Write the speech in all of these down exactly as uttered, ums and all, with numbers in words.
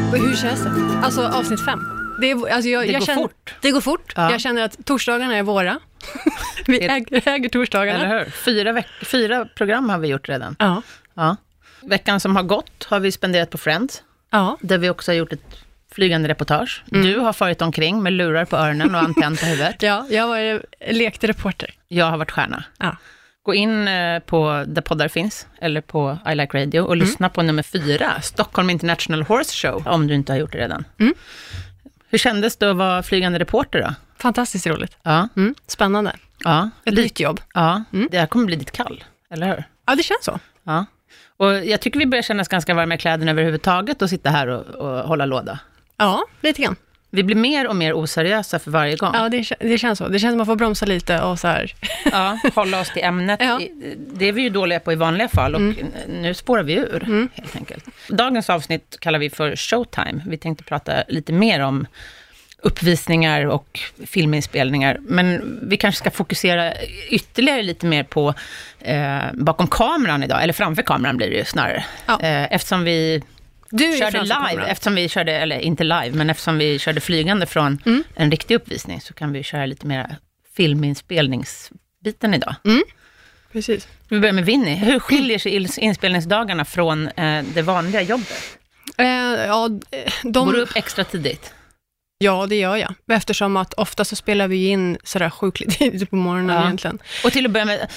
Hur känns det? Alltså avsnitt fem. Det, är, alltså jag, det jag går känner, fort. Det går fort. Ja. Jag känner att torsdagarna är våra. Vi äger, äger torsdagarna. Eller hur? Fyra, veck- fyra program har vi gjort redan. Ja. Ja. Veckan som har gått har vi spenderat på Friends. Ja. Där vi också har gjort ett flygande reportage. Mm. Du har farit omkring med lurar på öronen och antenn på huvudet. Ja, jag var lekte reporter. Jag har varit stjärna. Ja. Gå in på där poddar finns, eller på I Like Radio, och mm. lyssna på nummer fyra, Stockholm International Horse Show, om du inte har gjort det redan. Mm. Hur kändes det att vara flygande reporter då? Fantastiskt roligt. Ja. Mm. Spännande. Ja. Ett L- nytt jobb. Ja, mm. Det här kommer bli ditt kall, eller hur? Ja, det känns så. Ja. Och jag tycker vi börjar kännas ganska varma i kläderna överhuvudtaget och sitta här och, och hålla låda. Ja, lite grann. Vi blir mer och mer oseriösa för varje gång. Ja, det, det känns så. Det känns som att man får bromsa lite och så här. Ja, hålla oss till ämnet. Ja. Det är vi ju dåliga på i vanliga fall och mm. nu spårar vi ur, mm. helt enkelt. Dagens avsnitt kallar vi för Showtime. Vi tänkte prata lite mer om uppvisningar och filminspelningar. Men vi kanske ska fokusera ytterligare lite mer på eh, bakom kameran idag. Eller framför kameran blir det ju snarare. Ja. Eh, eftersom vi... Du körde live, eftersom vi körde, eller inte live, men eftersom vi körde flygande från mm. en riktig uppvisning, så kan vi köra lite mer filminspelningsbiten idag. Mm. Precis. Vi börjar med Vinny. Hur skiljer sig inspelningsdagarna från eh, det vanliga jobbet? Eh, ja, de... Går du upp extra tidigt? Ja, det gör jag. Eftersom att ofta så spelar vi in sådär sjukligt tidigt på morgonen ja. egentligen. Och till att börja med,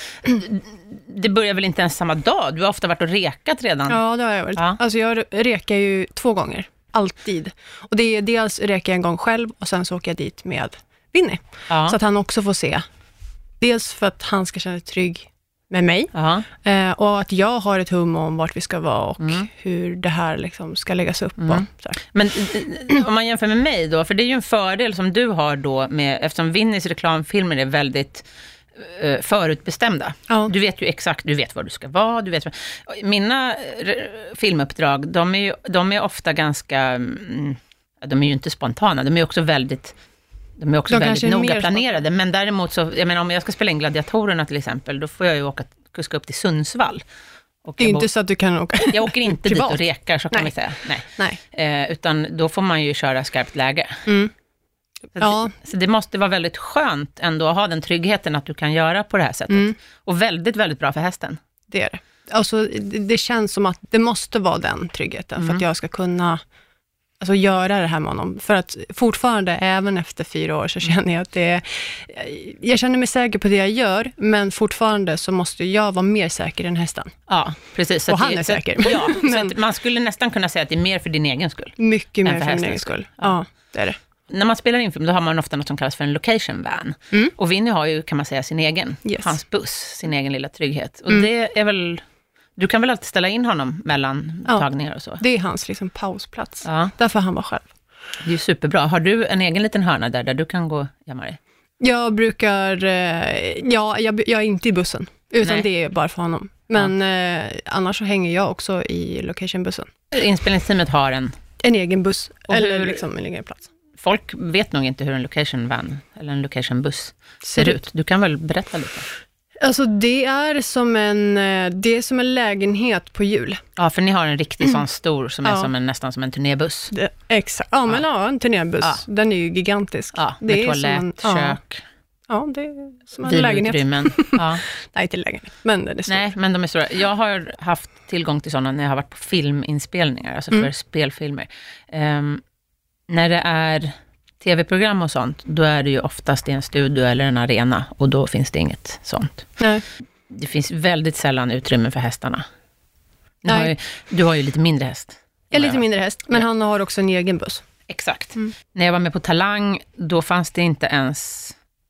det börjar väl inte ens samma dag? Du har ofta varit och rekat redan. Ja, det har jag varit. Ja. Alltså jag rekar ju två gånger. Alltid. Och det är dels rekar jag en gång själv och sen så åker jag dit med Vinny. Ja. Så att han också får se. Dels för att han ska känna sig trygg med mig. Eh, och att jag har ett hum om vart vi ska vara och mm. hur det här liksom ska läggas upp. Mm. Och så här. Men om man jämför med mig då, för det är ju en fördel som du har då med, eftersom Vinnys reklamfilmer är väldigt uh, förutbestämda. Ja. Du vet ju exakt, du vet var du ska vara, du vet. Mina re- filmuppdrag, de är ju de är ofta ganska, mm, de är ju inte spontana, de är också väldigt De är också de väldigt noga planerade. Men däremot så, jag menar, om jag ska spela in Gladiatorerna till exempel, då får jag ju åka, kuska upp till Sundsvall. Och det är inte bo- så att du kan åka Jag åker inte dit och rekar, så kan Nej. vi säga. Nej. Nej. Eh, utan då får man ju köra skarpt läge. Mm. Så, ja. det, så det måste vara väldigt skönt ändå att ha den tryggheten att du kan göra på det här sättet. Mm. Och väldigt, väldigt bra för hästen. Det är det. Alltså, det, det känns som att det måste vara den tryggheten mm. för att jag ska kunna... Alltså göra det här med honom. För att fortfarande, även efter fyra år, så känner jag att det är... Jag känner mig säker på det jag gör, men fortfarande så måste jag vara mer säker än hästen. Ja, precis. Så och han det, är så säker. Att, ja, men, så att man skulle nästan kunna säga att det är mer för din egen skull. Mycket mer för, för din egen skull. Ja. ja, det är det. När man spelar in film, då har man ofta något som kallas för en location van. Mm. Och Vinny har ju, kan man säga, sin egen, yes. hans buss, sin egen lilla trygghet. Och mm. det är väl... Du kan väl alltid ställa in honom mellan ja, tagningar och så? Det är hans liksom pausplats. Ja. Därför han var själv. Det är ju superbra. Har du en egen liten hörna där, där du kan gå gömma dig? Jag brukar... Ja, jag, jag är inte i bussen. Utan Nej. det är bara för honom. Men ja. eh, annars så hänger jag också i locationbussen. Inspelningsteamet har en... En egen buss. Och eller hur, liksom en egen plats. Folk vet nog inte hur en location van eller en location buss ser, ser ut. Du kan väl berätta lite? Alltså det är som en det är som en lägenhet på hjul. Ja, för ni har en riktig sån stor som är ja. som en, nästan som en turnébuss. Det, exakt. Ja, men ja, en turnébuss. Ja. Den är ju gigantisk. Ja, med det är toalett, en, kök. Ja, det är som en lägenhet. Ja. Nej, inte lägenhet, men den är stor. Nej, men de är stora. Jag har haft tillgång till sådana när jag har varit på filminspelningar, alltså för mm. spelfilmer. Um, när det är tv-program och sånt, då är det ju oftast i en studio eller en arena, och då finns det inget sånt. Nej. Det finns väldigt sällan utrymme för hästarna. Du har ju, du har ju lite mindre häst. Jag är lite mindre häst, men ja. han har också en egen buss. Exakt. Mm. När jag var med på Talang, då fanns det inte ens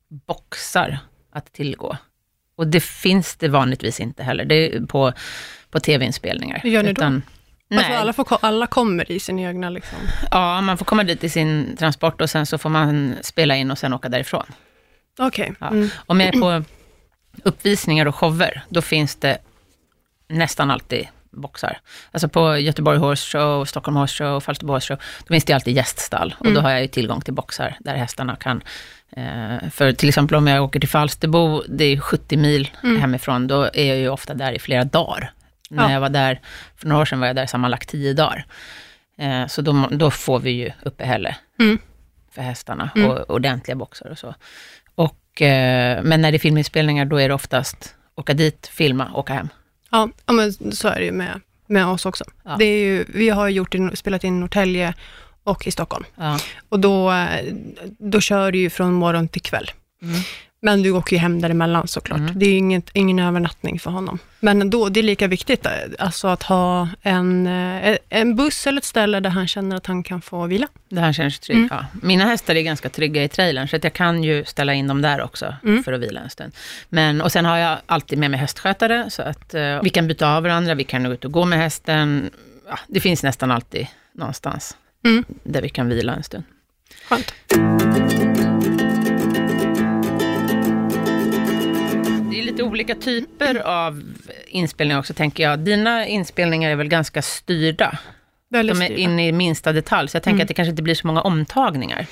boxar att tillgå. Och det finns det vanligtvis inte heller. Det är på, på tv-inspelningar. Hur gör ni Utan, då? Alltså alla, får, alla kommer i sin egna liksom. Ja, man får komma dit i sin transport och sen så får man spela in och sen åka därifrån. Okej. Okay. Ja. Mm. Om jag är på uppvisningar och shower, då finns det nästan alltid boxar. Alltså på Göteborg Horse Show, Stockholm Horse Show, Falsterbo Horse Show, då finns det alltid gäststall. Och mm. då har jag ju tillgång till boxar där hästarna kan... Eh, för till exempel om jag åker till Falsterbo, det är sjuttio mil mm. hemifrån, då är jag ju ofta där i flera dagar. Ja. När jag var där, för några år sedan var jag där sammanlagt tio dagar. Eh, så då, då får vi ju uppehälle mm. för hästarna mm. och ordentliga boxar och så. Och, eh, men när det är filminspelningar då är det oftast åka dit, filma, åka hem. Ja, ja men så är det ju med, med oss också. Ja. Det är ju, vi har gjort in, spelat in i Norrtälje och i Stockholm. Ja. Och då, då kör du ju från morgon till kväll. Mm. Men du åker ju hem däremellan såklart. Mm. Det är ju inget, ingen övernattning för honom. Men då, det är lika viktigt alltså att ha en, en buss eller ett ställe där han känner att han kan få vila. Där han känner sig trygg, mm. ja. Mina hästar är ganska trygga i trailern så att jag kan ju ställa in dem där också mm. för att vila en stund. Men, och sen har jag alltid med mig hästskötare så att uh, vi kan byta av varandra, vi kan gå ut och gå med hästen. Ja, det finns nästan alltid någonstans mm. där vi kan vila en stund. Skönt. Lite olika typer av inspelningar också tänker jag. Dina inspelningar är väl ganska styrda. Väldigt De är styrda. In i minsta detalj. Så jag tänker mm. att det kanske inte blir så många omtagningar.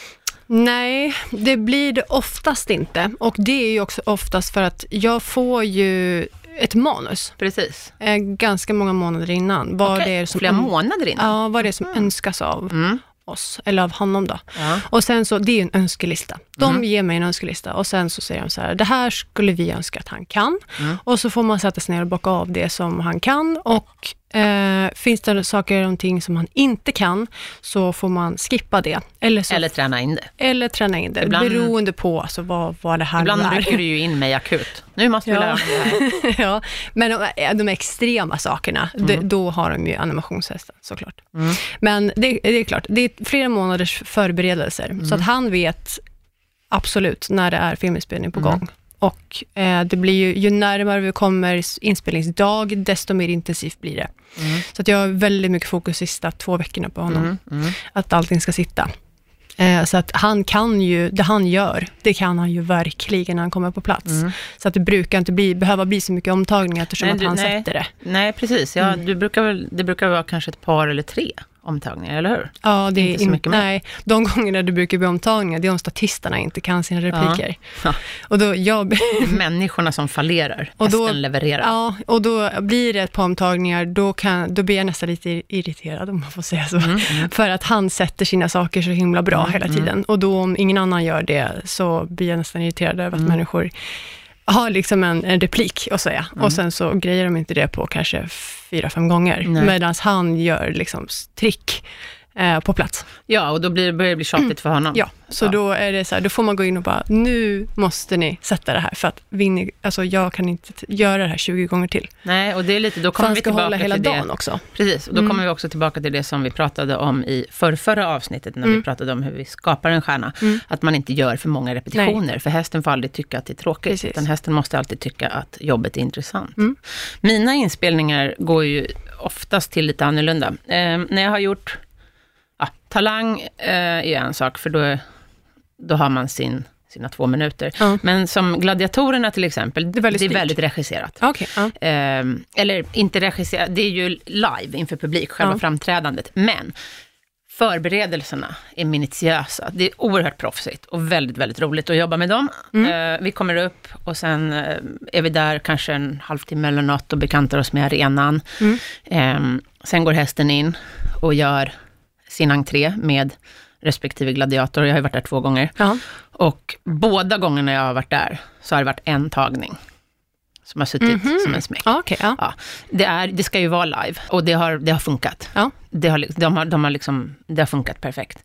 Nej, det blir det oftast inte. Och det är ju också oftast för att jag får ju ett manus. Precis. Eh, ganska många månader innan. Vad okay. det är som Flera månader innan? Ja, vad det är som mm. önskas av mm. oss, eller av honom då. Ja. Och sen så, det är en önskelista. De mm. ger mig en önskelista och sen så säger de så här, det här skulle vi önska att han kan. Mm. Och så får man sätta sig ner och bocka av det som han kan och eh, finns det saker och ting som han inte kan så får man skippa det. Eller, så, eller träna in det. Eller träna in det, ibland, beroende på alltså, vad, vad det här ibland är. Ibland rycker du ju in mig akut. Nu måste vi ja. lära mig det här. Ja, men de, de extrema sakerna, mm. det, då har de ju animationshästen såklart. Mm. Men det, det är klart, det är flera månaders förberedelser mm. så att han vet absolut när det är filminspelning på mm. gång. Och eh, det blir ju, ju närmare vi kommer inspelningsdag, desto mer intensivt blir det. Mm. Så att jag har väldigt mycket fokus sista två veckorna på honom. Mm. Mm. Att allting ska sitta. Eh, så att han kan ju, det han gör, det kan han ju verkligen när han kommer på plats. Mm. Så att det brukar inte bli, behöva bli så mycket omtagningar eftersom nej, du, att han nej, sätter det. Nej, precis. Ja, mm. du brukar väl, det brukar vara kanske ett par eller tre omtagningar, eller hur? Ja, det är inte så mycket in, nej, de gångerna det brukar bli omtagningar, det är om statisterna inte kan sina repliker. Ja. Och då jag människorna som fallerar, och då, hästen levererar. Ja, och då blir det ett par omtagningar, då kan då blir jag nästan lite irriterad om man får säga så. Mm, mm. För att han sätter sina saker så himla bra mm, hela tiden. Mm. Och då om ingen annan gör det så blir jag nästan irriterad över att mm. människor har liksom en, en replik att säga. Mm. Och sen så grejer de inte det på kanske fyra, fem gånger. Medan han gör liksom trick eh, på plats. Ja, och då blir, börjar det bli tjatigt mm. för honom. Ja, så ja. Då är det så här, då får man gå in och bara, nu måste ni sätta det här. För att vi, alltså jag kan inte t- göra det här tjugo gånger till. Nej, och det är lite, då kommer vi tillbaka hålla hela till dagen det. Också. Precis, och då mm. kommer vi också tillbaka till det som vi pratade om i förrförra avsnittet, när mm. vi pratade om hur vi skapar en stjärna. Mm. Att man inte gör för många repetitioner, Nej. För hästen får aldrig tycka att det är tråkigt. Precis. Utan hästen måste alltid tycka att jobbet är intressant. Mm. Mina inspelningar går ju oftast till lite annorlunda. Eh, när jag har gjort ja, talang eh, är en sak, för då, då har man sin, sina två minuter. Mm. Men som gladiatorerna till exempel, det är väldigt, det är väldigt regisserat. Okay, mm. eh, eller inte regisserat, det är ju live inför publik, själva mm. framträdandet. Men förberedelserna är minutiösa. Det är oerhört proffsigt och väldigt, väldigt roligt att jobba med dem. Mm. Eh, vi kommer upp och sen eh, är vi där kanske en halvtimme eller något och bekantar oss med arenan. Mm. Eh, sen går hästen in och gör sin entré med respektive gladiator. Jag har ju varit där två gånger. Ja. Och båda gångerna jag har varit där så har det varit en tagning som har suttit mm-hmm. som en smäck. Okay, ja. Ja, det, är, det ska ju vara live och det har, det har funkat. Ja. Det, har, de har, de har liksom, det har funkat perfekt.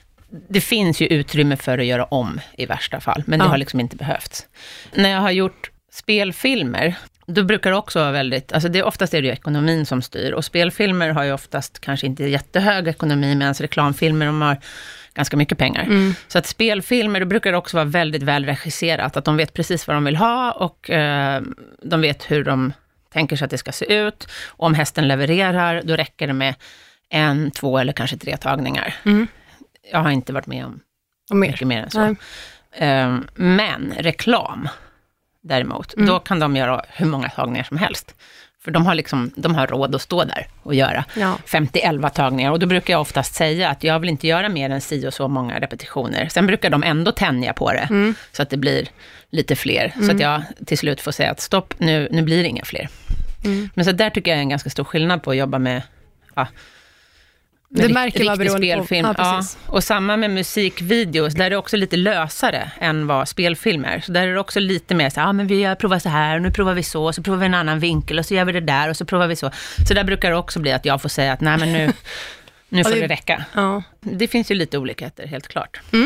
Det finns ju utrymme för att göra om i värsta fall, men det ja. har liksom inte behövts. När jag har gjort spelfilmer, då brukar det också vara väldigt, alltså det, oftast är det ju ekonomin som styr, och spelfilmer har ju oftast kanske inte jättehög ekonomi, medan reklamfilmer de har ganska mycket pengar. Mm. Så att spelfilmer, då brukar det också vara väldigt väl regisserat, att de vet precis vad de vill ha och eh, de vet hur de tänker sig att det ska se ut. Och om hästen levererar, då räcker det med en, två eller kanske tre tagningar. Mm. Jag har inte varit med om och mer. mycket mer än så. Eh, men reklam däremot, mm. då kan de göra hur många tagningar som helst. För de har, liksom, de har råd att stå där och göra ja. femtio elva tagningar. Och då brukar jag oftast säga att jag vill inte göra mer än si och så många repetitioner. Sen brukar de ändå tänja på det mm. så att det blir lite fler. Mm. Så att jag till slut får säga att stopp, nu, nu blir det inga fler. Mm. Men så där tycker jag är en ganska stor skillnad på att jobba med, ja, Det märker man beroende spelfilm. på. Ja, ja. Och samma med musikvideos, där är det också lite lösare än vad spelfilm är. Så där är det också lite mer så ja ah, men vi har provat så här, och nu provar vi så, och så provar vi en annan vinkel, och så gör vi det där, och så provar vi så. Så där brukar det också bli att jag får säga att nej men nu, nu får det, det räcka. Ja. Det finns ju lite olikheter, helt klart. Mm.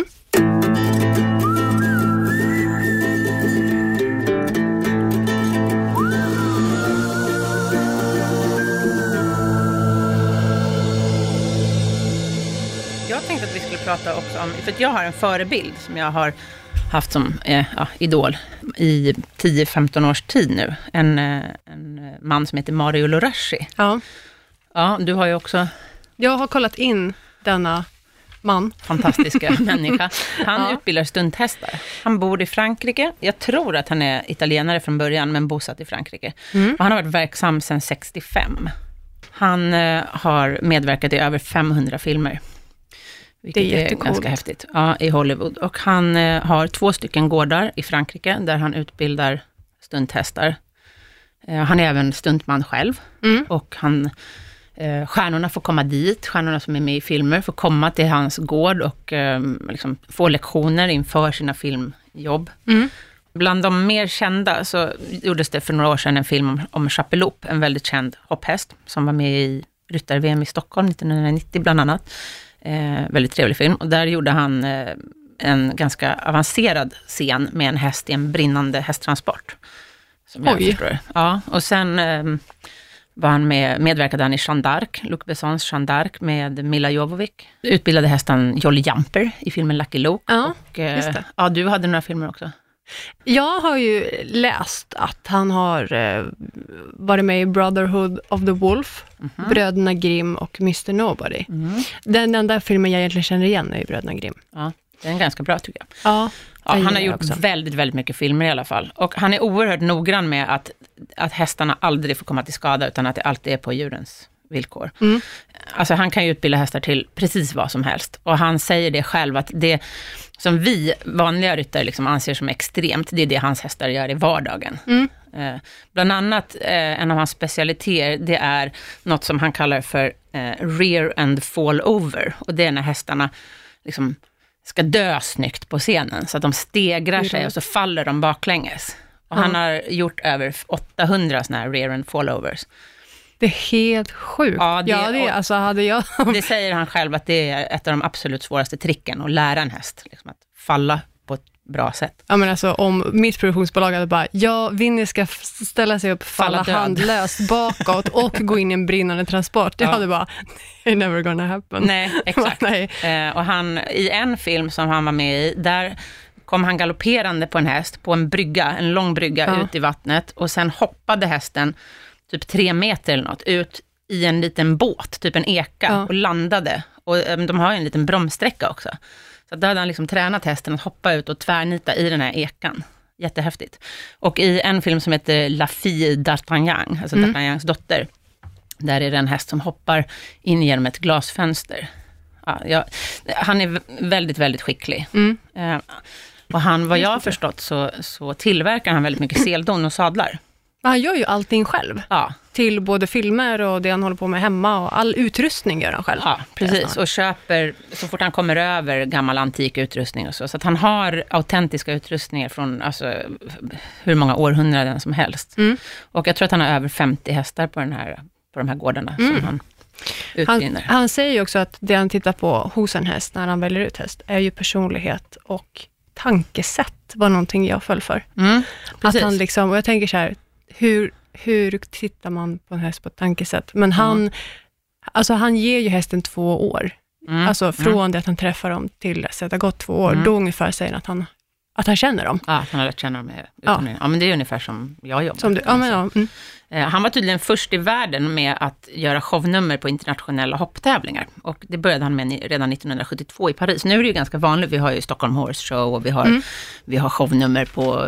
Jag tänkte att vi skulle prata också om, för att jag har en förebild som jag har haft som eh, ja, idol i tio femton års tid nu. En, eh, en man som heter Mario Lorashi. Ja. Ja, du har ju också... Jag har kollat in denna man. Fantastiska människa. Han ja. utbildar stunthästar. Han bor i Frankrike. Jag tror att han är italienare från början, men bosatt i Frankrike. Mm. Och han har varit verksam sedan sextiofem. Han eh, har medverkat i över femhundra filmer. Vilket det är, är ganska häftigt. Ja, i Hollywood. Och han eh, har två stycken gårdar i Frankrike där han utbildar stunthästar. Eh, han är även stuntman själv. Mm. Och han, eh, stjärnorna får komma dit. Stjärnorna som är med i filmer får komma till hans gård och eh, liksom få lektioner inför sina filmjobb. Mm. Bland de mer kända så gjordes det för några år sedan en film om, om Chapeloup, en väldigt känd hopphäst som var med i ryttar-V M i Stockholm nittonhundranittio bland annat. Eh, väldigt trevlig film. Och där gjorde han eh, en ganska avancerad scen med en häst i en brinnande hästtransport. Som jag förstår. Ja, och sen eh, var han med, medverkade han i Jeanne d'Arc, Luc Bessons Jeanne d'Arc med Milla Jovovich. Utbildade hästen Jolly Jumper i filmen Lucky Luke. Ja, och, eh, just det. Ja, du hade några filmer också. Jag har ju läst att han har eh, varit med i Brotherhood of the Wolf, mm-hmm. Bröderna Grimm och mister Nobody. Mm. Den enda filmen jag egentligen känner igen är Bröderna Grimm. Ja, den är ganska bra tycker jag. Ja, ja, han har gjort också väldigt, väldigt mycket filmer i alla fall. Och han är oerhört noggrann med att, att hästarna aldrig får komma till skada utan att det alltid är på djurens villkor. Mm. Alltså han kan ju utbilda hästar till precis vad som helst. Och han säger det själv att det som vi vanliga ryttare liksom anser som extremt, det är det hans hästar gör i vardagen. Mm. Eh, bland annat eh, en av hans specialiteter, det är något som han kallar för eh, rear and fall over. Och det är när hästarna liksom ska dö snyggt på scenen så att de stegrar mm. sig och så faller de baklänges. Och mm. han har gjort över åttahundra såna här rear and fall overs. Det är helt sjukt. Ja, det, ja, det, alltså hade jag... det säger han själv att det är ett av de absolut svåraste tricken att lära en häst. Liksom att falla på ett bra sätt. Ja, men alltså om mitt produktionsbolag hade bara, ja, Vinny ska ställa sig upp, falla, falla handlöst bakåt och gå in i en brinnande transport. Det ja. hade bara, it's never gonna happen. Nej, exakt. Nej. Eh, och han, i en film som han var med i, där kom han galopperande på en häst, på en brygga, en lång brygga ja. ut i vattnet. Och sen hoppade hästen typ tre meter eller något, ut i en liten båt, typ en eka, ja. och landade. Och um, de har ju en liten bromssträcka också. Så då hade han liksom tränat hästen att hoppa ut och tvärnita i den här ekan. Jättehäftigt. Och i en film som heter La Fille d'Artagnan, alltså mm. D'Artagnans dotter, där är det en häst som hoppar in genom ett glasfönster. Ja, ja, han är väldigt, väldigt skicklig. Mm. Uh, och han, vad jag har förstått, så, så tillverkar han väldigt mycket seldon och sadlar. Han gör ju allting själv. Ja. Till både filmer och det han håller på med hemma. Och all utrustning gör han själv. Ja, precis. Och köper, så fort han kommer över gammal antik utrustning och så. Så att han har autentiska utrustningar från alltså, hur många århundraden som helst. Mm. Och jag tror att han har över femtio hästar på, den här, på de här gårdarna mm. som han utvinner. Han, han säger ju också att det han tittar på hos en häst när han väljer ut häst är ju personlighet och tankesätt var någonting jag föll för. Mm, att han liksom, och jag tänker så här, Hur, hur tittar man på en häst på ett tankesätt? Men han, mm. alltså han ger ju hästen två år. Mm. Alltså från mm. det att han träffar dem till att det har gått två år. Mm. Då ungefär säger han att han, att han känner dem. Ja, att han har lärt känna dem. Ja. ja, men det är ungefär som jag jobbar. Som du, ja, men, ja. Mm. Han var tydligen först i världen med att göra shownummer på internationella hopptävlingar. Och det började han med redan nittonhundrasjuttiotvå i Paris. Nu är det ju ganska vanligt. Vi har ju Stockholm Horse Show och vi har, mm. vi har shownummer på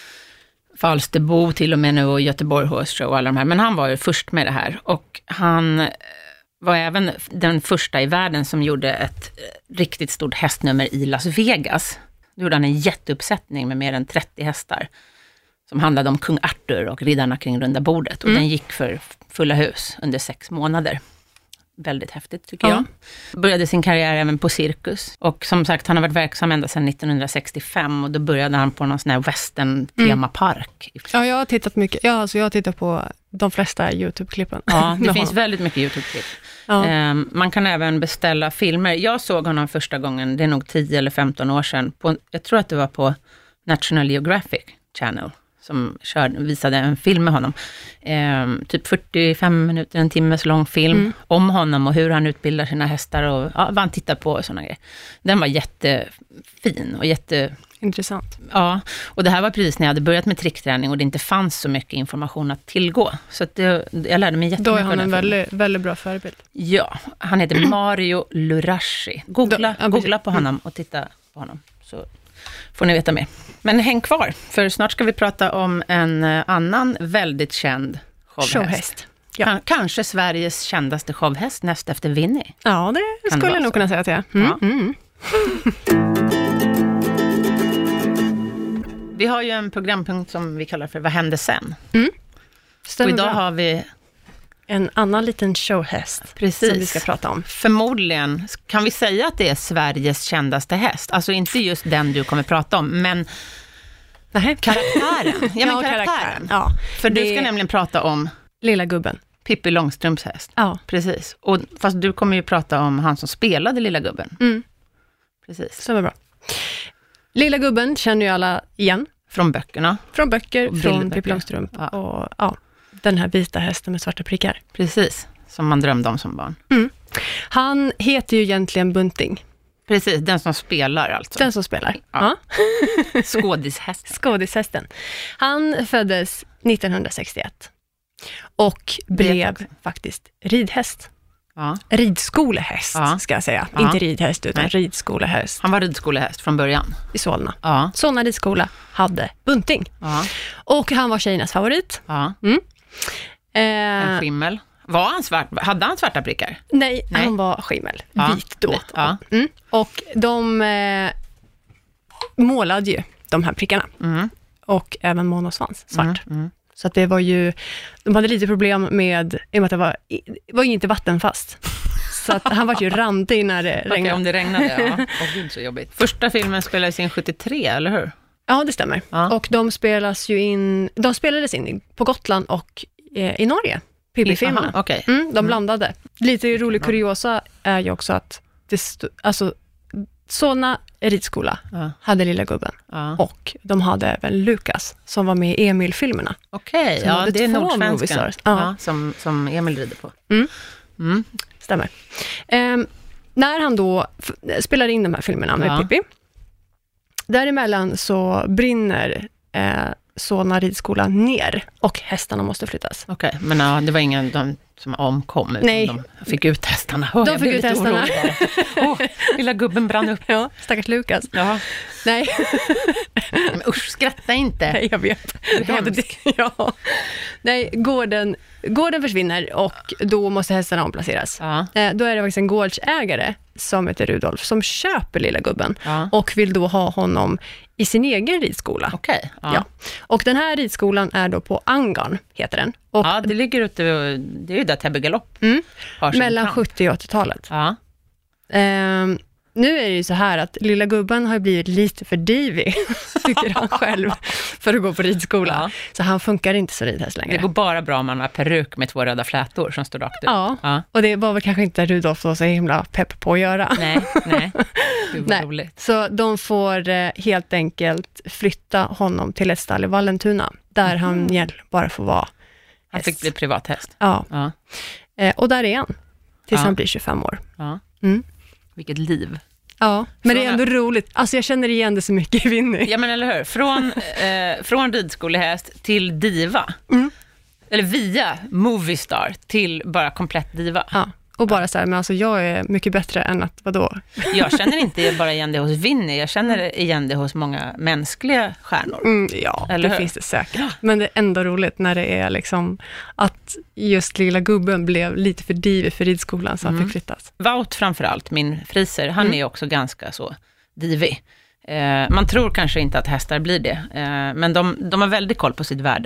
Falsterbo till och med nu och Göteborg Horse Show och alla de här. Men han var ju först med det här. Och han var även den första i världen som gjorde ett riktigt stort hästnummer i Las Vegas. Då gjorde han en jätteuppsättning med mer än trettio hästar. Som handlade om kung Arthur och riddarna kring runda bordet. Och mm. den gick för fulla hus under sex månader. väldigt häftigt tycker ja. jag. Började sin karriär även på cirkus. Och som sagt, han har varit verksam ända sedan nittonhundrasextiofem. Och då började han på någon sån här western-temapark. Mm. Ja, jag har tittat mycket. Ja, alltså jag har tittat på de flesta YouTube-klippen. Ja, det finns väldigt mycket YouTube-klipp. Ja. Um, man kan även beställa filmer. Jag såg honom första gången, det är nog tio eller femton år sedan. På, jag tror att det var på National Geographic Channel. Som körde, visade en film med honom. Um, typ fyrtiofem minuter, en timmes lång film. Mm. Om honom och hur han utbildar sina hästar. Och ja, vad han tittar på och sådana grejer. Den var jättefin och jätte... Intressant. Ja, och det här var precis när jag hade börjat med trickträning och det inte fanns så mycket information att tillgå. Så att det, jag lärde mig jättemycket. Då är han en väldigt, väldigt bra förebild. Ja, han heter Mario Lurashi. Googla, Då, ja, googla på honom och titta på honom så får ni veta mer. Men häng kvar, för snart ska vi prata om en annan väldigt känd showhäst. showhäst. Ja. Kanske Sveriges kändaste showhäst näst efter Winnie. Ja, det kan skulle jag nog kunna säga att jag är. Mm. Ja. Mm. Vi har ju en programpunkt som vi kallar för Vad hände sen? Mm. Och idag bra. har vi en annan liten showhäst. Precis. Som vi ska prata om. Förmodligen kan vi säga att det är Sveriges kändaste häst. Alltså inte just den du kommer prata om, men Nej. karaktären. Ja, men ja, karaktären. karaktären. Ja. För det... du ska nämligen prata om Lilla gubben. Pippi Långstrumps häst. Ja. Precis. Och, fast du kommer ju prata om han som spelade Lilla gubben. Mm. Precis. Så var bra. Lilla gubben känner ju alla igen. Från böckerna. Från böcker, från Pippi Långstrump. Ja. Och ja, den här vita hästen med svarta prickar. Precis, som man drömde om som barn. Mm. Han heter ju egentligen Bunting. Precis, den som spelar alltså. Den som spelar, ja. ja. Skådishästen. Skådishästen. Han föddes nittonhundrasextioett. Och blev faktiskt ridhäst. Ja. Ridskolehäst ja. ska jag säga. Ja. Inte ridhäst utan Nej. ridskolehäst. Han var ridskolehäst från början. I Solna. Ja. Solna ridskola hade Bunting. Ja. Och han var tjejernas favorit. Ja. Mm. En eh, skimmel. Var han svart? Hade han svarta prickar? Nej, Nej. han var skimmel. Ja. Vit då. Vit. Ja. Mm. Och de eh, målade ju de här prickarna. Mm. Och även mån och svans svart. Mm. Mm. Så att det var ju, de hade lite problem med, i och med att det var, det var ju inte vattenfast. Så att han var ju randig när det regnade. Okej, om det regnade, ja. Åh gud, så jobbigt. Första filmen spelades in sjuttiotre, eller hur? Ja, det stämmer. Ja. Och de spelas ju in, de spelades in på Gotland och eh, i Norge. Pippi-filmerna. Okay. Mm, de blandade. Mm. Lite rolig kuriosa är ju också att det stod, alltså Solna ridskola ja. hade Lilla gubben. Ja. Och de hade även Lukas som var med i Emil-filmerna. Okej, okay. ja, det är nordsvenskan ja. ja, som, som Emil rider på. Mm. Mm. Stämmer. Um, när han då f- spelar in de här filmerna med ja. Pippi, däremellan så brinner eh, Solna ridskola ner och hästarna måste flyttas. Okej, okay. men ja, det var ingen de som omkom utan Nej. de fick ut hästarna. Oh, de fick ut hästarna. oh, lilla gubben brann upp. Ja, stackars Lukas. Ja. Nej. Men usch, skratta inte. Nej, jag vet. Det var det. Ja. Nej, gården, gården försvinner och då måste hästarna omplaceras. Ja. Eh, då är det faktiskt en gårdsägare som heter Rudolf som köper Lilla gubben ja. och vill då ha honom i sin egen ridskola. Okej. Ja. Ja. Och den här ridskolan är då på Angarn, heter den. Och ja, det ligger ute, det är ju där Täby galopp. Mm, mellan sjuttio- och åttiotalet. Ja. Ehm, nu är det ju så här att Lilla gubben har blivit lite för divig, tycker han själv, för att gå på ridskola. Ja. Så han funkar inte så ridhäst längre. Det går bara bra om man har peruk med två röda flätor som står rakt ut. Ja, ja. Och det var väl kanske inte Rudolf så himla pepp på att göra. Nej, nej. Det var nej. roligt. Så de får eh, helt enkelt flytta honom till ett stall i Vallentuna, där mm. han hjälp bara får vara Han häst. fick bli privathäst. Ja. ja. Eh, och där är han, tills ja. han blir tjugofem år. Ja. Mm. Vilket liv. Ja, men från, det är ändå roligt. Alltså jag känner igen det så mycket i Winnie. Ja, men eller hur? Från, eh, från ridskolehäst till diva. Mm. Eller via Moviestar till bara komplett diva. Ja, och bara så här, men alltså jag är mycket bättre än att, vadå? Jag känner inte bara igen det hos Winnie, jag känner igen det hos många mänskliga stjärnor. Mm, ja, eller det hur? Finns det säkert. Men det är ändå roligt när det är liksom att just Lilla gubben blev lite för divig för ridskolan så han mm. fick flyttas. Wout framförallt, min friser, han mm. är också ganska så divig. Eh, man tror kanske inte att hästar blir det, eh, men de, de har väldigt koll på sitt värde.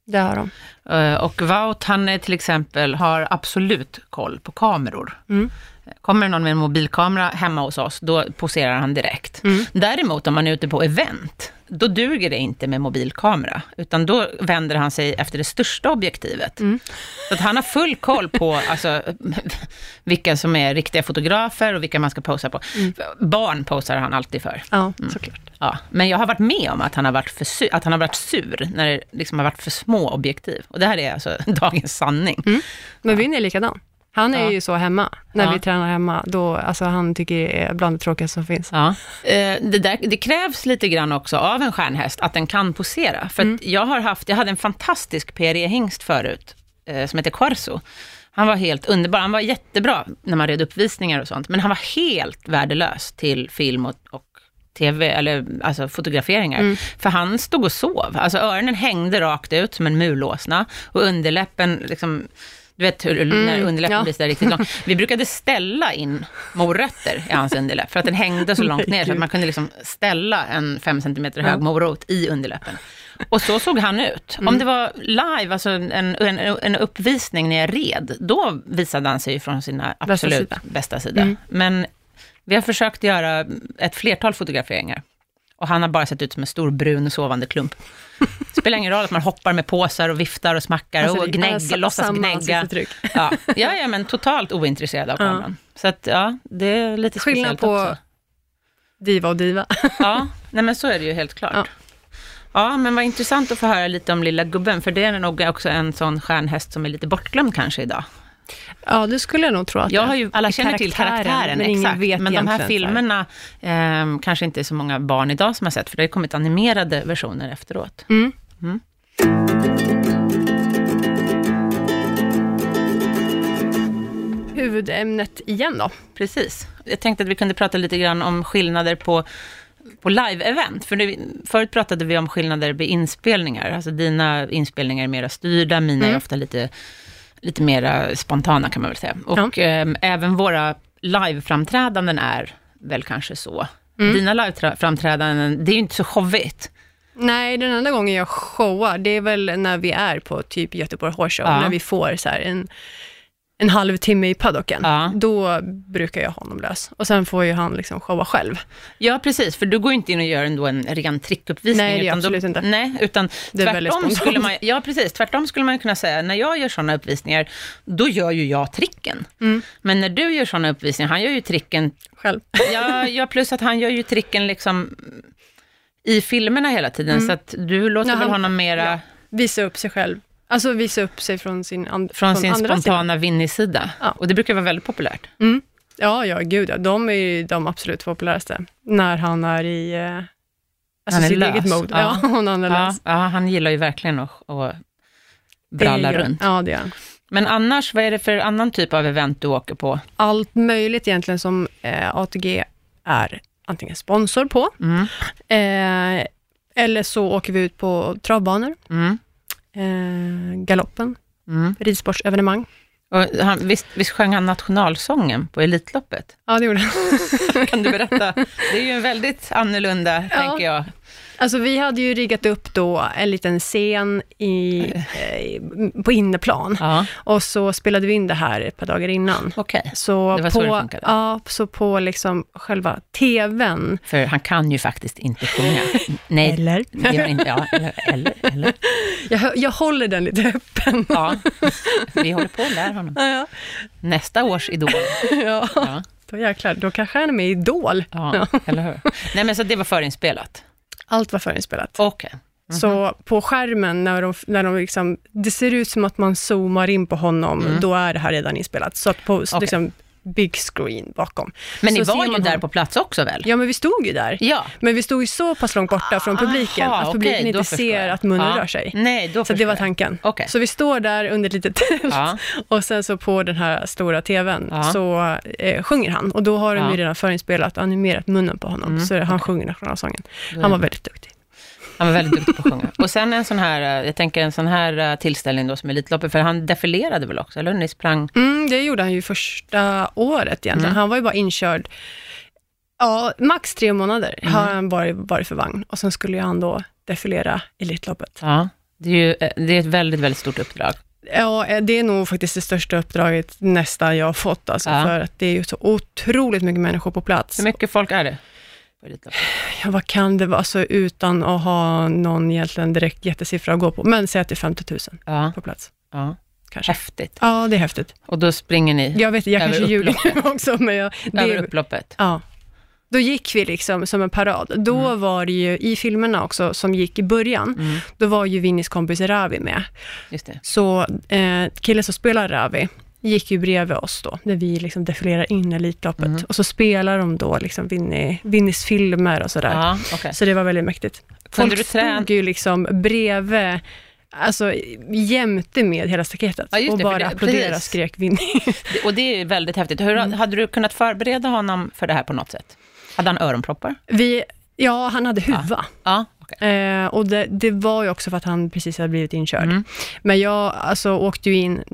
Det har de. Och Wout, han är till exempel, har absolut koll på kameror. Mm. Kommer någon med en mobilkamera hemma hos oss, då poserar han direkt. Mm. Däremot om man är ute på event, då duger det inte med mobilkamera. Utan då vänder han sig efter det största objektivet. Mm. Så att han har full koll på alltså, vilka som är riktiga fotografer och vilka man ska posa på. Mm. Barn posar han alltid för. Ja, mm. såklart. Ja, men jag har varit med om att han har varit, för sur, att han har varit sur när det liksom har varit för små objektiv. Och det här är alltså dagens sanning. Mm. Men Vinny är likadan. Han är ja. ju så hemma. När ja. vi tränar hemma, då, alltså han tycker det är bland det tråkigaste som finns. Ja. Eh, det, där, det krävs lite grann också av en stjärnhäst att den kan posera. För mm. att jag har haft, jag hade en fantastisk P R E-hingst förut eh, som heter Corso. Han var helt underbar. Han var jättebra när man red uppvisningar och sånt. Men han var helt värdelös till film och, och tv, eller alltså fotograferingar. Mm. För han stod och sov. Alltså öronen hängde rakt ut som en mulåsna. Och underläppen liksom... Du vet hur mm, när underläppen ja. blir så riktigt lång. Vi brukade ställa in morötter i hans underläpp för att den hängde så långt ner så att man kunde liksom ställa en fem centimeter hög ja. morot i underläppen. Och så såg han ut. Mm. Om det var live, alltså en, en, en uppvisning när jag red, då visade han sig från sina absolut bästa sida. Bästa sida. Mm. Men vi har försökt göra ett flertal fotograferingar. Och han har bara sett ut som en stor brun sovande klump. Det spelar ingen roll att man hoppar med påsar och viftar och smackar alltså, och gnägger, låtsas gnägga. Ja. ja, ja, men totalt ointresserad av kameran. Ja. Så att, ja, det är lite skillnad speciellt på också. diva och diva. Ja, nej men så är det ju helt klart. Ja. ja, men vad intressant att få höra lite om lilla gubben. För det är nog också en sån stjärnhäst som är lite bortglömd kanske idag. Ja, det skulle jag nog tro att jag har ju alla känner till karaktären, men ingen exakt. vet men de här filmerna eh, kanske inte är så många barn idag som har sett, för det har kommit animerade versioner efteråt. Mm. Mm. Huvudämnet igen då. Precis. Jag tänkte att vi kunde prata lite grann om skillnader på på live-event. För det, förut pratade vi om skillnader vid inspelningar. Alltså dina inspelningar är mera styrda, mina mm. är ofta lite lite mer spontana kan man väl säga. Och ja. eh, även våra live-framträdanden är väl kanske så. Mm. Dina live-framträdanden, det är ju inte så showigt. Nej, den enda gången jag showar, det är väl när vi är på typ Göteborg Horse Show, ja. när vi får så här en, en halvtimme i paddocken. Ja. Då brukar jag ha honom lös. Och sen får ju han liksom showa själv. Ja, precis. För du går inte in och gör ändå en ren trickuppvisning. Nej, det är utan absolut då, inte. Nej, utan det är tvärtom skulle man... Ja, precis. Tvärtom skulle man kunna säga, när jag gör sådana uppvisningar, då gör ju jag tricken. Mm. Men när du gör sådana uppvisningar, han gör ju tricken... Själv. Ja, ja, plus att han gör ju tricken liksom i filmerna hela tiden. Mm. Så att du låter ja, väl han, honom mera... Ja, visa upp sig själv. Alltså visa upp sig från sin, and- från från sin spontana Vinny-sida. Ja. Och det brukar vara väldigt populärt. Mm. Ja, ja, gud. Ja. De är ju de absolut populäraste. När han är i eh, alltså han är sitt lös. eget mode. Ja, ja, han, är ja, ja, han gillar ju verkligen att, att bralla runt. Ja, det är han. Men annars, vad är det för annan typ av event du åker på? Allt möjligt egentligen som eh, A T G är antingen sponsor på. Mm. Eh, eller så åker vi ut på travbanor. Mm. Eh, galoppen, mm. ridsportsevenemang. Och han, visst, visst sjöng han nationalsången på Elitloppet? Ja, det gjorde han. Kan du berätta? Det är ju en väldigt annorlunda, ja. tänker jag. Alltså vi hade ju riggat upp då en liten scen i, eh, på inneplan. Ja. Och så spelade vi in det här ett par dagar innan. Okej, så det var på, så det funkade. Ja, så på liksom själva tvn. För han kan ju faktiskt inte sjunga. Nej, eller? Det gör inte, ja, eller, eller, eller. Jag, jag håller den lite öppen. Ja, vi håller på att lära honom. Ja, ja. Nästa års Idol. Ja, ja. Då jäklar, då kanske han är med i Idol. Ja, ja. Eller hur? Nej, men så det var förinspelat. Allt var förinspelat. Okej. Okay. Mm-hmm. Så på skärmen, när de, när de liksom, det ser ut som att man zoomar in på honom, mm. då är det här redan inspelat. Så att på okay. liksom, big screen bakom. Men ni så var ju där honom. på plats också väl? Ja, men vi stod ju där. Ja. Men vi stod ju så pass långt borta från publiken Aha, att publiken okay, inte ser att munnen ja. rör sig. Nej, då så det var tanken. Okay. Så vi står där under ett litet tält ja. och sen så på den här stora tvn ja. så eh, sjunger han. Och då har de ja. ju redan förinspelat och animerat munnen på honom. Mm. Så han okay. sjunger nationalsången. Han var väldigt duktig. Han var väldigt duktig på att sjunga. Och sen en sån här, jag tänker en sån här tillställning då som är Elitloppet, för han defilerade väl också, eller? Ni sprang... Mm, det gjorde han ju första året egentligen. Mm. Han var ju bara inkörd, ja, max tre månader mm. har han varit, varit för vagn. Och sen skulle han då defilera Elitloppet. Ja, Det är ju det är ett väldigt, väldigt stort uppdrag. Ja, det är nog faktiskt det största uppdraget nästan jag har fått. Alltså, ja. För att det är ju så otroligt mycket människor på plats. Hur mycket folk är det? Ja, vad kan det vara? Alltså, utan att ha någon egentligen direkt jättesiffra att gå på. Men säg att det är femtio tusen ja. På plats. Ja. Kanske. Häftigt. Ja, det är häftigt. Och då springer ni Jag vet, jag kanske ljuger också. Men jag, det, över upploppet? Ja. Då gick vi liksom som en parad. Då mm. var det ju i filmerna också som gick i början. Mm. Då var ju Vinnies kompis Ravi med. Just det. Så eh, killen som spelar Ravi gick ju bredvid oss då. När vi liksom defilerar in Elitloppet. Mm. Och så spelar de då liksom Vinnie, Vinnies filmer och sådär. Ja, okay. Så det var väldigt mäktigt. Folk du stod ju liksom bredvid... Alltså jämte med hela staketet ja, och bara applådera skrek Vinnie. Och det är väldigt häftigt. Hur mm. hade du kunnat förbereda honom för det här på något sätt? Hade han öronproppar? Vi, ja, han hade huva. Ja. Ja, okay. eh, och det, det var ju också för att han precis hade blivit inkörd. Mm. Men jag alltså, åkte ju in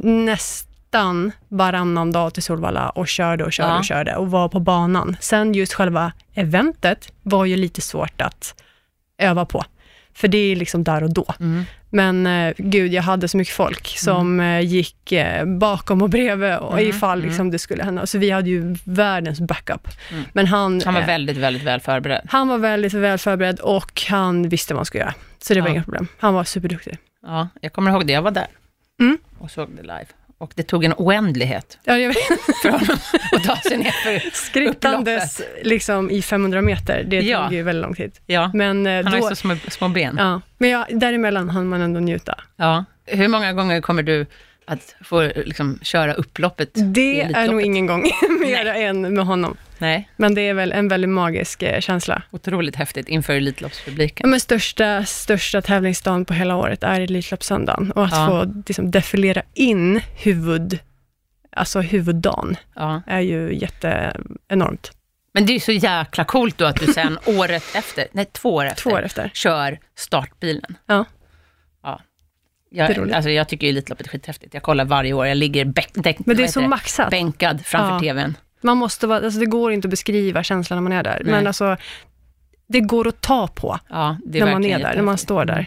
nästan varannan dag till Solvalla och körde och körde ja. och körde och var på banan. Sen just själva eventet var ju lite svårt att öva på. För det är liksom där och då. Mm. Men eh, gud, jag hade så mycket folk som mm. eh, gick eh, bakom och bredvid och mm. ifall liksom, mm. det skulle hända. Så vi hade ju världens backup. Mm. Men han, han var eh, väldigt, väldigt väl förberedd. Han var väldigt väl förberedd och han visste vad han skulle göra. Så det var ja. inga problem. Han var superduktig. Ja, jag kommer ihåg det. Jag var där mm. och såg det live. Och det tog en oändlighet ja, jag vet. för honom att ta sig ner för skrittandes liksom i femhundra meter. Det ja. tog ju väldigt lång tid. Ja, men, han då, har ju så små, små ben. Ja. Men ja, däremellan hann man ändå njuta. Ja. Hur många gånger kommer du att få liksom, köra upploppet? Det är nog ingen gång mer än med honom. Nej. Men det är väl en väldigt magisk eh, känsla. Otroligt häftigt inför Elitloppspubliken. Ja, men största, största tävlingsdagen på hela året är Elitloppssöndagen. Och att ja. få liksom, defilera in huvud, alltså huvuddagen ja. är ju jätteenormt. Men det är ju så jäkla coolt då att du sen året efter, nej två år efter, två år efter. kör startbilen. Ja. Ja. Jag, alltså jag tycker ju Elitloppet är skithäftigt. Jag kollar varje år, jag ligger bänk, bänk, men det är så det? maxat. bänkad framför ja. tvn. Man måste vara, alltså det går inte att beskriva känslan när man är där. Nej. Men alltså, det går att ta på ja, det är när man är där, när man står där.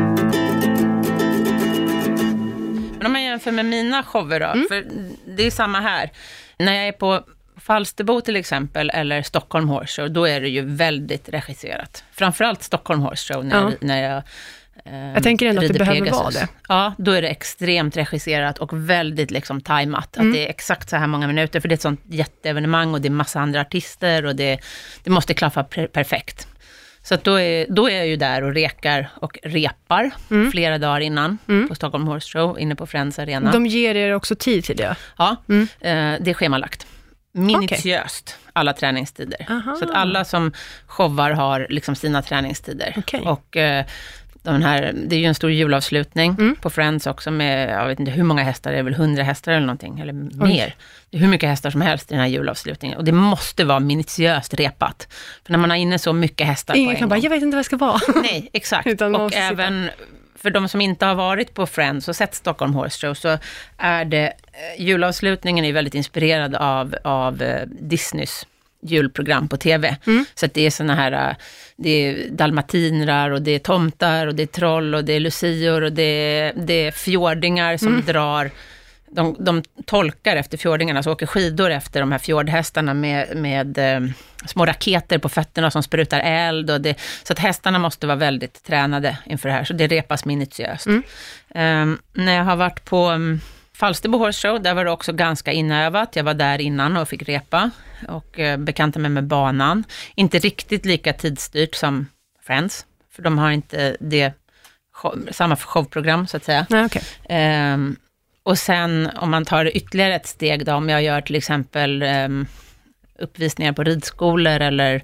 Men om man jämför med mina shower då, mm. för det är samma här. När jag är på Falsterbo till exempel, eller Stockholm Horse Show, då är det ju väldigt regisserat. Framförallt Stockholm Horse Show när, ja. jag, när jag Jag tänker ändå att det behöver Pegasus. vara det. Ja, då är det extremt regisserat och väldigt liksom tajmat. Mm. Att det är exakt så här många minuter, för det är ett sånt jätteevenemang och det är massa andra artister och det, det måste klaffa per- perfekt. Så att då, är, då är jag ju där och rekar och repar mm. flera dagar innan mm. på Stockholm Horse Show inne på Friends Arena. De ger er också tid till det? Ja, mm. eh, det är schemalagt. Minutiöst okay. alla träningstider. Aha. Så att alla som showar har liksom sina träningstider. Okay. Och eh, den här, det är ju en stor julavslutning mm. på Friends också med, jag vet inte hur många hästar, det är väl hundra hästar eller någonting, eller Oj. mer. Det är hur mycket hästar som helst i den här julavslutningen. Och det måste vara minutiöst repat. För när man har inne så mycket hästar Ingen på en kan bara, gång. jag vet inte vad det ska vara. Nej, exakt. Och även för de som inte har varit på Friends och sett Stockholm Horse Show, så är det, julavslutningen är väldigt inspirerad av, av Disneys julprogram på tv. Mm. Så att det är såna här, det är dalmatinrar och det är tomtar och det är troll och det är lucior och det är, det är fjordingar som mm. drar, de, de tolkar efter fjordingarna, så åker skidor efter de här fjordhästarna med, med eh, små raketer på fötterna som sprutar eld och det, så att hästarna måste vara väldigt tränade inför det här, så det repas minutiöst. Mm. Um, när jag har varit på um, Falsterbo Horse Show, där var det också ganska inövat. Jag var där innan och fick repa och eh, bekanta mig med banan. Inte riktigt lika tidsstyrt som Friends, för de har inte det show, samma showprogram så att säga. Nej, okay. um, och sen om man tar ytterligare ett steg då, om jag gör till exempel um, uppvisningar på ridskolor eller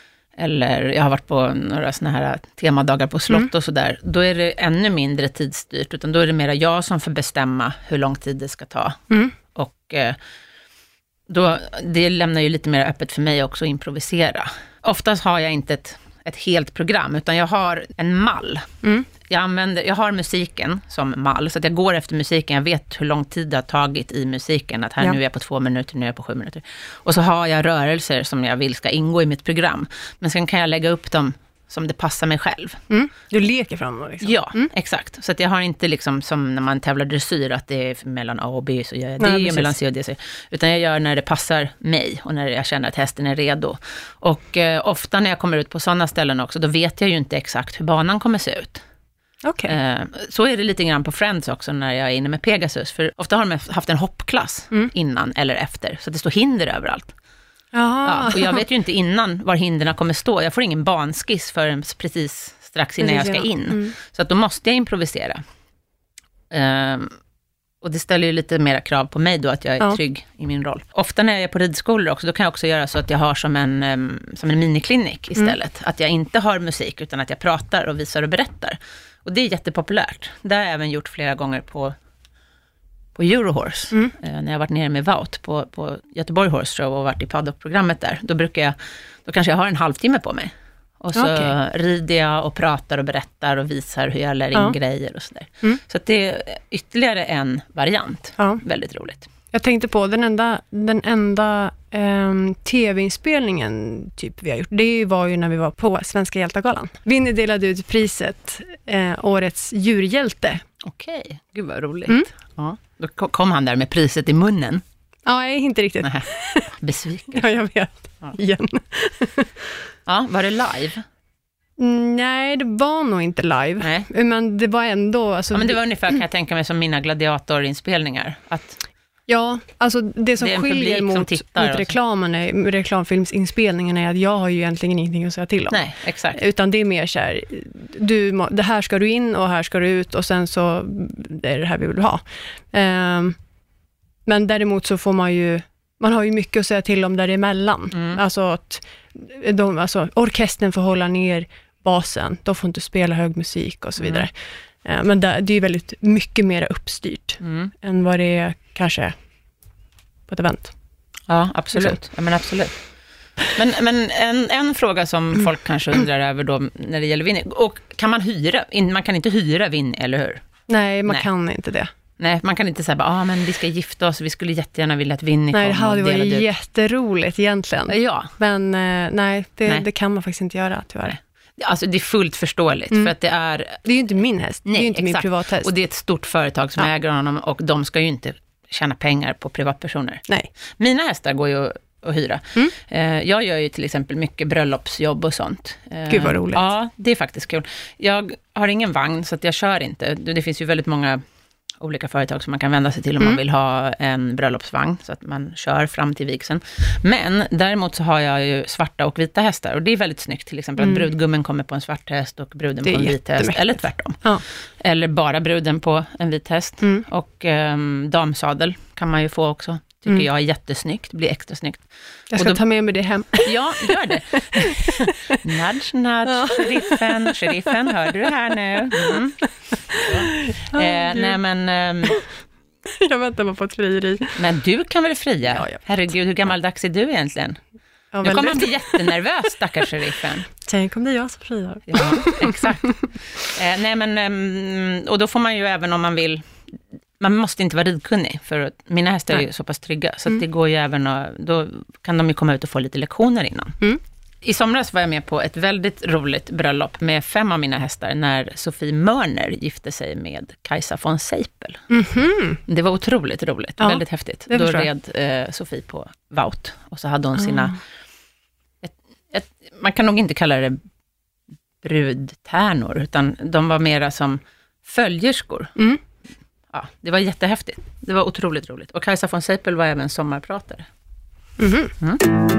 eller jag har varit på några såna här temadagar på slott mm. och sådär, då är det ännu mindre tidsstyrt, utan då är det mera jag som får bestämma hur lång tid det ska ta. Mm. Och eh, då, det lämnar ju lite mer öppet för mig också att improvisera. Oftast har jag inte ett, ett helt program, utan jag har en mall. Mm. Jag, använder, jag har musiken som mall, så att jag går efter musiken. Jag vet hur lång tid det har tagit i musiken. Att här ja. nu är jag på två minuter, nu är jag på sju minuter. Och så har jag rörelser som jag vill ska ingå i mitt program. Men sen kan jag lägga upp dem som det passar mig själv. Mm. Du leker fram då liksom. Ja, mm. exakt. Så att jag har inte liksom som när man tävlar dressyr att det är mellan A och B så gör jag det, Nej, och mellan C och D. Utan jag gör när det passar mig och när jag känner att hästen är redo. Och eh, ofta när jag kommer ut på sådana ställen också, då vet jag ju inte exakt hur banan kommer se ut. Okay. Eh, så är det lite grann på Friends också när jag är inne med Pegasus. För ofta har de haft en hoppklass mm. innan eller efter. Så det står hinder överallt. Ja, och jag vet ju inte innan var hindren kommer stå. Jag får ingen banskiss förrän precis strax innan jag ska in. Mm. Så att då måste jag improvisera. Um, och det ställer ju lite mera krav på mig då att jag är ja. trygg i min roll. Ofta när jag är på ridskolor också, då kan jag också göra så att jag har som en, um, som en miniklinik istället. Mm. Att jag inte har musik utan att jag pratar och visar och berättar. Och det är jättepopulärt. Det har jag även gjort flera gånger på på Eurohorse, mm. eh, när jag har varit nere med Wout på, på Göteborg Horse Show och varit i paddock-programmet där, då brukar jag, då kanske jag har en halvtimme på mig. Och så okay. rider jag och pratar och berättar och visar hur jag lär in ja. grejer och sådär. Mm. Så att det är ytterligare en variant. Ja. Väldigt roligt. Jag tänkte på den enda, den enda eh, tv-inspelningen typ vi har gjort, det var ju när vi var på Svenska Hjältargalan. Winnie delade ut priset, eh, årets djurhjälte. Okej, gud vad roligt. Mm. Ja. Då kom han där med priset i munnen. Ja, inte riktigt. Nej. Besviken. Ja, jag vet. Ja. Igen. Ja, var det live? Nej, det var nog inte live. Nej. Men det var ändå... Alltså, ja, men det var ungefär, kan jag tänka mig, som mina gladiatorinspelningar. Att ja, alltså det som det skiljer mot, mot reklamen, är, reklamfilmsinspelningen är att jag har ju egentligen ingenting att säga till om. Nej, exakt. Utan det är mer så här, du, det här ska du in och här ska du ut och sen så är det här vi vill ha. Um, men däremot så får man ju, man har ju mycket att säga till om däremellan. Mm. Alltså att de, alltså, orkestern får hålla ner basen, de får inte spela hög musik och så vidare. Mm. Men det, det är ju väldigt mycket mer uppstyrt mm. än vad det är kanske på ett event. Ja, absolut. Ja, men absolut. Men, men en, en fråga som mm. folk kanske undrar över då när det gäller Winnie. Och kan man hyra? Man kan inte hyra Winnie, eller hur? Nej, man Nej. kan inte det. Nej, man kan inte säga bara, ah, men vi ska gifta oss, vi skulle jättegärna vilja att Winnie kom. Nej, det hade varit ut. jätteroligt egentligen. Ja. Men eh, nej, det, nej, det kan man faktiskt inte göra, tyvärr. Nej. Alltså det är fullt förståeligt mm. för att det är... Det är ju inte min häst, nej, det är ju inte exakt. min privathäst. Och det är ett stort företag som ja. äger honom och de ska ju inte tjäna pengar på privatpersoner. Nej. Mina hästar går ju att hyra. Mm. Eh, jag gör ju till exempel mycket bröllopsjobb och sånt. Eh, Gud vad roligt. Ja, det är faktiskt kul. Jag har ingen vagn så att jag kör inte. Det finns ju väldigt många olika företag som man kan vända sig till om mm. man vill ha en bröllopsvagn så att man kör fram till vigseln. Men däremot så har jag ju svarta och vita hästar och det är väldigt snyggt, till exempel mm. att brudgummen kommer på en svart häst och bruden på en vit häst, eller tvärtom. Ja. Eller bara bruden på en vit häst mm. och um, damsadel kan man ju få också. Tycker mm. jag är jättesnyggt, det blir extra snyggt. Jag ska då, ta med mig det hem. Ja, gör det. Nudge, nudge, ja. sheriffen, sheriffen, hör du det här nu? Mm. Oh, eh, nej men... Um, jag väntar bara på ett frieri. Men du kan väl fria? Ja, ja. Herregud, hur gammaldags är du egentligen? Ja, nu kommer man bli jättenervös, stackars sheriffen. Tänk om det är jag som friar. Ja, exakt. Eh, nej men, um, och då får man ju även om man vill... Man måste inte vara ridkunnig, för mina hästar Nej. är ju så pass trygga. Så mm. att det går ju även att, då kan de ju komma ut och få lite lektioner innan. Mm. I somras var jag med på ett väldigt roligt bröllop med fem av mina hästar när Sofie Mörner gifte sig med Kajsa von Seipel. Mm-hmm. Det var otroligt roligt, ja, väldigt häftigt. Då red eh, Sofie på Wout och så hade hon sina, mm. ett, ett, man kan nog inte kalla det brudtärnor, utan de var mera som följerskor. Mm. Ja, det var jättehäftigt. Det var otroligt roligt. Och Kajsa von Seipel var även sommarpratare. Mm-hmm. Mm.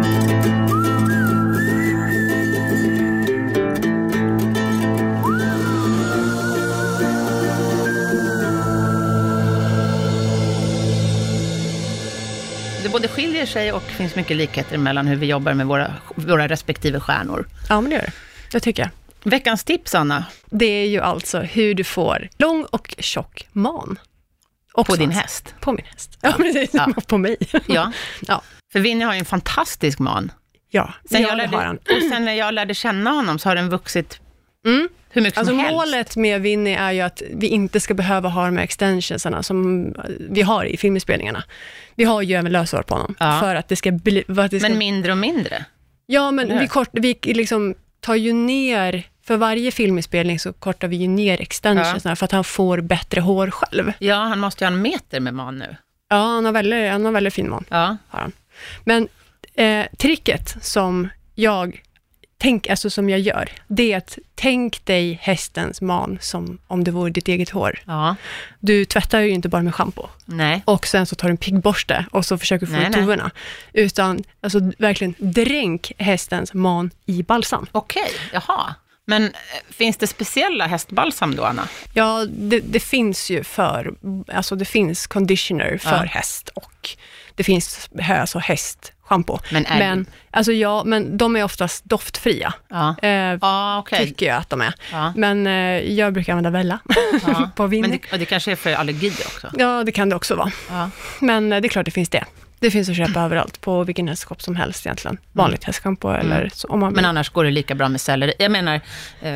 Det både skiljer sig och finns mycket likheter mellan hur vi jobbar med våra, våra respektive stjärnor. Ja, men det gör det. Det tycker jag. Veckans tips, Anna. Det är ju alltså hur du får lång och tjock man. Och på din häst? På min häst. Ja, precis. Ja. På mig. Ja. Ja. För Winnie har ju en fantastisk man. Ja, sen jag lärde, har han. Och sen när jag lärde känna honom så har den vuxit mm. hur mycket alltså som helst. Målet med Winnie är ju att vi inte ska behöva ha de här extensionsarna som vi har i filminspelningarna. Vi har ju även lösår på honom. Ja. För att det ska bli... För att det ska... Men mindre och mindre? Ja, men vi, kort, vi liksom tar ju ner för varje filminspelning så kortar vi ju ner extensions ja. för att han får bättre hår själv. Ja, han måste ju ha en meter med man nu. Ja, han har väldigt, han har väldigt fin man. Ja. Har han. Men eh, tricket som jag tänk, alltså som jag gör, det är att tänk dig hästens man som om det vore ditt eget hår. Ja. Du tvättar ju inte bara med shampoo. Nej. Och sen så tar du en piggborste och så försöker du få ut tuvorna. Utan alltså verkligen dränk hästens man i balsam. Okej, jaha. Men finns det speciella hästbalsam då, Anna? Ja, det, det finns ju för, alltså det finns conditioner för ja. häst och det finns alltså hästschampo. Men, är men, alltså ja, men de är oftast doftfria. Ja. Eh, ah, okay. Tycker jag att de är. Ja. Men eh, jag brukar använda Vella ja. på Winnie. Men det, det kanske är för allergier också? Ja, det kan det också vara. Ja. Men eh, det är klart det finns det. Det finns att köpa överallt på vilken hästshop som helst egentligen. Vanligt hästschampo mm. eller så, om man vill. Men annars går det lika bra med selleri. Jag menar eh,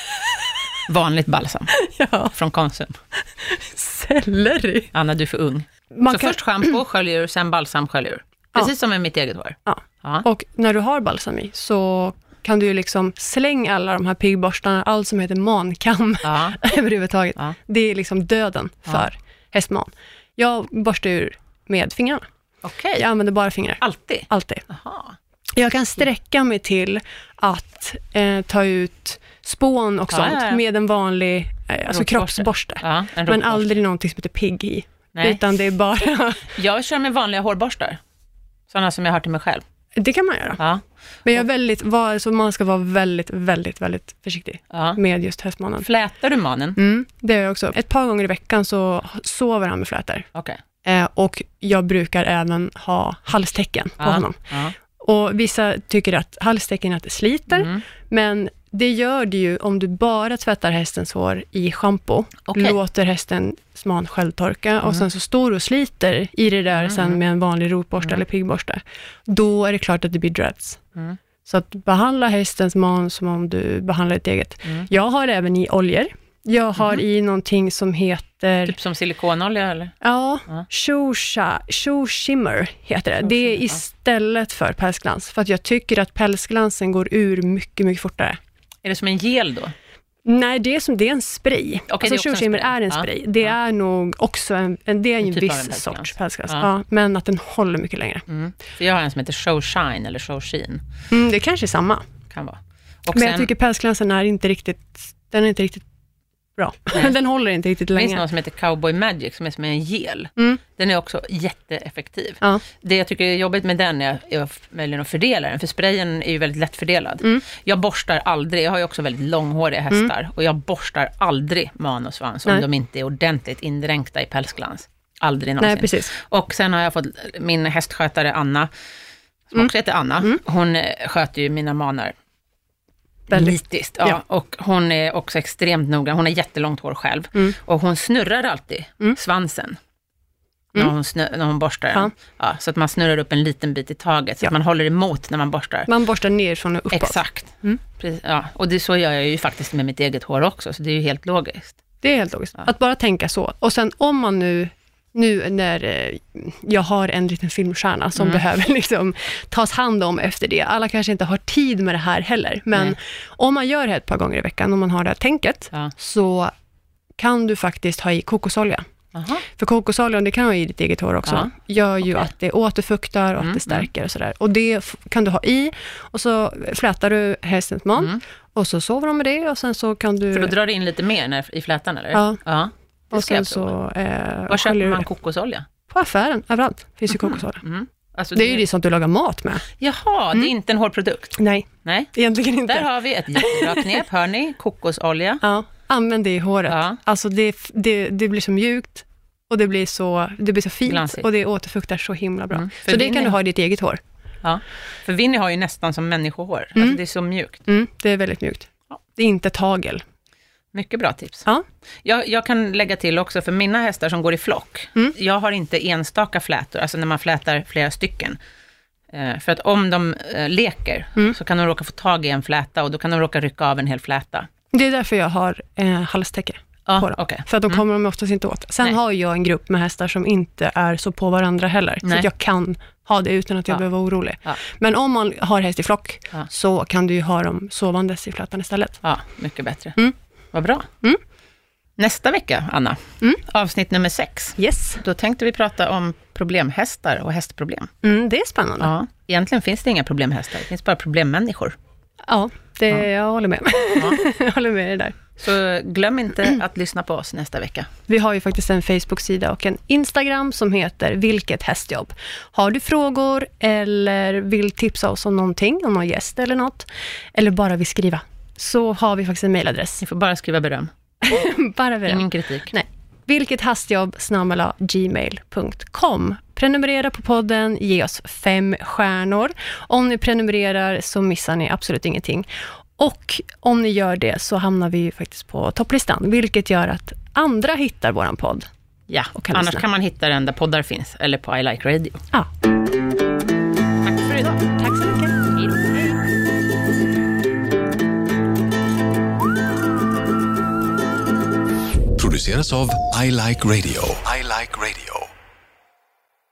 vanligt balsam ja. från Konsum. Selleri? Anna, du är för ung. Man så kan... först shampoo, sköljer, sen balsam, sköljer. Precis ja. som med mitt eget hår. Ja. ja. Och när du har balsam i så kan du ju liksom slänga alla de här piggborstarna, allt som heter mankam ja. överhuvudtaget. Ja. Det är liksom döden för ja. hästman. Jag borstar ur med fingrarna. Okej. Jag använder bara fingrar. Alltid? Alltid. Aha. Jag kan sträcka mig till att eh, ta ut spån och sånt ja, ja. med en vanlig eh, alltså kroppsborste. Ja, men aldrig någonting som heter pigg i. Nej. Utan det är bara... jag kör med vanliga hårborstar. Sådana som jag har till mig själv. Det kan man göra. Ja. Men jag är väldigt, var, så man ska vara väldigt, väldigt, väldigt försiktig ja. med just hästmannen. Flätar du mannen? Mm, det är jag också. Ett par gånger i veckan så sover han med flätor. Okej. Eh, och jag brukar även ha halstecken på ja. honom. Ja. Och vissa tycker att halstecken att det sliter. Mm. Men det gör det ju om du bara tvättar hästens hår i shampoo. Okay. Låter hästens man självtorka mm. och sen så står du och sliter i det där mm. sen med en vanlig rotborste mm. eller piggborste. Då är det klart att det blir dreads. Mm. Så att behandla hästens man som om du behandlar ett eget. Mm. Jag har även i oljor. Jag har mm. i någonting som heter... Typ som silikonolja eller? Ja, ja. Show, show Shimmer heter det. Show det är shimmer, istället ja. för pälsglans. För att jag tycker att pälsglansen går ur mycket, mycket fortare. Är det som en gel då? Nej, det är som det är en spray. Okay, alltså Show Shimmer är en spray. Ja. Det ja. är nog också en, en, det är en, en typ viss en sorts pälsglans. Ja. Ja, men att den håller mycket längre. Mm. För jag har en som heter Show Shine eller Show Sheen. Mm, det kanske är samma. Kan vara. Och men sen, jag tycker pälsglansen är inte riktigt... Den är inte riktigt bra. Den håller inte riktigt länge. Det finns någon som heter Cowboy Magic som är som en gel. Mm. Den är också jätteeffektiv. Ja. Det jag tycker är jobbigt med den är, är möjligen att fördela den. För sprayen är ju väldigt lättfördelad. Mm. Jag borstar aldrig, jag har ju också väldigt långhåriga hästar. Mm. Och jag borstar aldrig man och svans om de inte är ordentligt indränkta i pälsglans. Aldrig någonsin. Nej, precis. Och sen har jag fått min hästskötare Anna, som mm. också heter Anna. Mm. Hon sköter ju mina manar. Nitiskt, ja. ja. Och hon är också extremt noga. Hon har jättelångt hår själv. Mm. Och hon snurrar alltid mm. svansen när, mm. hon snur, när hon borstar den. Ja. Ja, så att man snurrar upp en liten bit i taget. Så ja. att man håller emot när man borstar. Man borstar ner från och uppåt. Exakt. Mm. Precis, ja. Och det så gör jag ju faktiskt med mitt eget hår också. Så det är ju helt logiskt. Det är helt logiskt. Ja. Att bara tänka så. Och sen om man nu... Nu när eh, jag har en liten filmstjärna som mm. behöver liksom tas hand om efter det. Alla kanske inte har tid med det här heller. Men Nej. om man gör det ett par gånger i veckan, om man har det här tänket, ja. så kan du faktiskt ha i kokosolja. Aha. För kokosoljan, det kan ha i ditt eget hår också. Ja. Gör ju okay. att det återfuktar och mm. att det stärker och sådär. Och det f- kan du ha i. Och så flätar du hästens man. Mm. Och så sover de med det. Och sen så kan du... För då drar du in lite mer när, i flätan, eller? Ja. Ja. Och sen så... Eh, Var köper man kokosolja? På affären, överallt finns ju mm. kokosolja. Mm. Alltså, det är ju det som du lagar mat med. Jaha, mm. det är inte en hårprodukt? Nej, Nej, egentligen inte. Där har vi ett jättebra knep, hör ni? Kokosolja. Ja, använd det i håret. Ja. Alltså det, det, det blir så mjukt och det blir så, det blir så fint. Glansigt. Och det återfuktar så himla bra. Mm. Så det kan du ha i ditt eget hår. Ja, för Winnie har ju nästan som människohår. Mm. Alltså det är så mjukt. Mm, det är väldigt mjukt. Ja. Det är inte tagel. Mycket bra tips. Ja. Jag, jag kan lägga till också för mina hästar som går i flock. Mm. Jag har inte enstaka flätor, alltså när man flätar flera stycken. Eh, för att om de eh, leker mm. så kan de råka få tag i en fläta och då kan de råka rycka av en hel fläta. Det är därför jag har eh, halstäcke ah, på dem. Okay. För att de kommer mm. de oftast inte åt. Sen Nej. har jag en grupp med hästar som inte är så på varandra heller. Nej. Så att jag kan ha det utan att jag ja. behöver vara orolig. Ja. Men om man har häst i flock ja. så kan du ju ha dem sovandes i flätan istället. Ja, mycket bättre. Mm. Vad bra. Mm. Nästa vecka, Anna, mm. avsnitt nummer sex. Yes. Då tänkte vi prata om problemhästar och hästproblem. Mm, det är spännande. Ja. Egentligen finns det inga problemhästar, det finns bara problemmänniskor. Ja, det, ja. jag håller med. Ja. jag håller med dig där. Så glöm inte att lyssna på oss nästa vecka. Vi har ju faktiskt en Facebook-sida och en Instagram som heter Vilket hästjobb. Har du frågor eller vill tipsa oss om någonting, om någon gäst eller något, eller bara vill skriva, så har vi faktiskt en mailadress. Ni får bara skriva beröm. bara beröm. Ingen kritik. Nej. Vilket hästjobb snabel-a gmail punkt com. Prenumerera på podden, ge oss fem stjärnor. Om ni prenumererar så missar ni absolut ingenting. Och om ni gör det så hamnar vi ju faktiskt på topplistan, vilket gör att andra hittar våran podd. Ja, kan annars lyssna. Kan man hitta den där poddar finns, eller på I Like Radio. Ja. Tack för idag. Tack så mycket. Hej. Produceras av I Like Radio. I Like Radio.